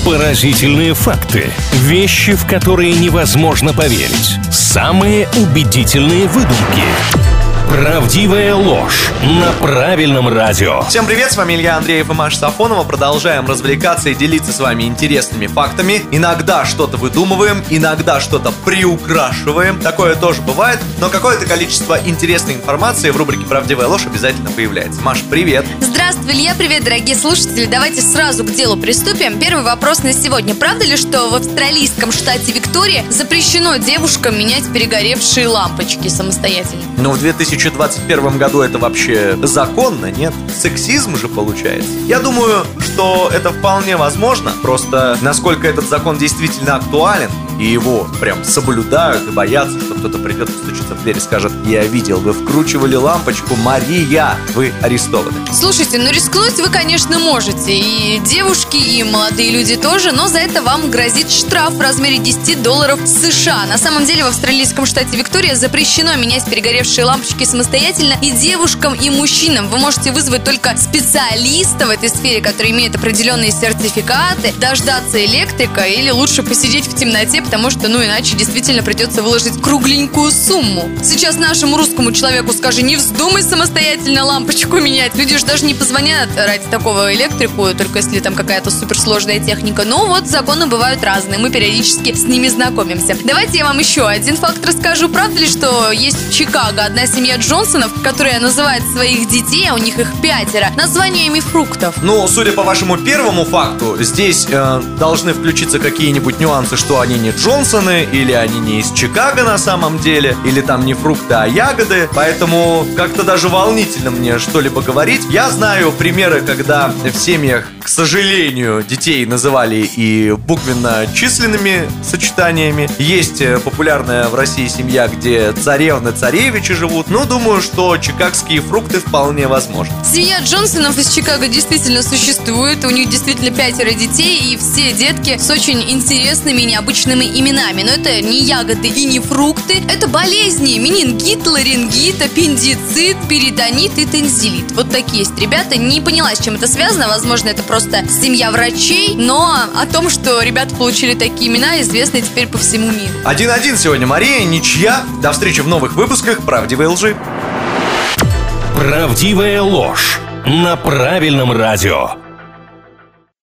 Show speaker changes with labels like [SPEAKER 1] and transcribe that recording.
[SPEAKER 1] Поразительные факты. Вещи, в которые невозможно поверить. Самые убедительные выдумки. Правдивая ложь на правильном радио.
[SPEAKER 2] Всем привет, с вами Илья Андреев и Маша Сафонова. Продолжаем развлекаться и делиться с вами интересными фактами. Иногда что-то выдумываем, иногда что-то приукрашиваем. Такое тоже бывает, но какое-то количество интересной информации в рубрике «Правдивая ложь» обязательно появляется. Маш, привет.
[SPEAKER 3] Здравствуй, Илья, привет, дорогие слушатели. Давайте сразу к делу приступим. Первый вопрос на сегодня. Правда ли, что в австралийском штате Виктория запрещено девушкам менять перегоревшие лампочки самостоятельно?
[SPEAKER 2] Ну, в 2021 году это вообще законно, нет? Сексизм же получается. Я думаю, что это вполне возможно. Просто насколько этот закон действительно актуален, и его прям соблюдают и боятся, что кто-то придет, постучится в дверь и скажет: «Я видел, вы вкручивали лампочку, Мария, вы арестованы».
[SPEAKER 3] Слушайте, ну рискнуть вы, конечно, можете. И девушки, и молодые люди тоже. Но за это вам грозит штраф в размере $10 США. На самом деле в австралийском штате Виктория запрещено менять перегоревшие лампочки самостоятельно и девушкам, и мужчинам. Вы можете вызвать только специалиста в этой сфере, который имеет определенные сертификаты, дождаться электрика или лучше посидеть в темноте, потому что, иначе действительно придется выложить кругленькую сумму. Сейчас нашему русскому человеку скажи: не вздумай самостоятельно лампочку менять. Люди же даже не позвонят ради такого электрику, только если там какая-то суперсложная техника. Но вот законы бывают разные, мы периодически с ними знакомимся. Давайте я вам еще один факт расскажу. Правда ли, что есть в Чикаго одна семья Джонсонов, которая называет своих детей, а у них их 5, названиями фруктов?
[SPEAKER 2] Ну, судя по вашему первому факту, здесь должны включиться какие-нибудь нюансы, что они не Джонсоны, или они не из Чикаго на самом деле, или там не фрукты, а ягоды. Поэтому как-то даже волнительно мне что-либо говорить. Я знаю примеры, когда в семьях, к сожалению, детей называли и буквенно-численными сочетаниями. Есть популярная в России семья, где царевны-царевичи живут. Но думаю, что чикагские фрукты вполне возможны.
[SPEAKER 3] Семья Джонсонов из Чикаго действительно существует. У них действительно 5 детей, и все детки с очень интересными и необычными именами. Но это не ягоды и не фрукты. Это болезни: менингит, ларингит, аппендицит, перитонит и тонзиллит. Вот такие есть ребята. Не поняла, с чем это связано. Возможно, это просто семья врачей. Но о том, что ребята получили такие имена, известно теперь по всему миру.
[SPEAKER 2] 1-1 сегодня, Мария, ничья. До встречи в новых выпусках «Правдивой лжи».
[SPEAKER 1] Правдивая ложь на правильном радио.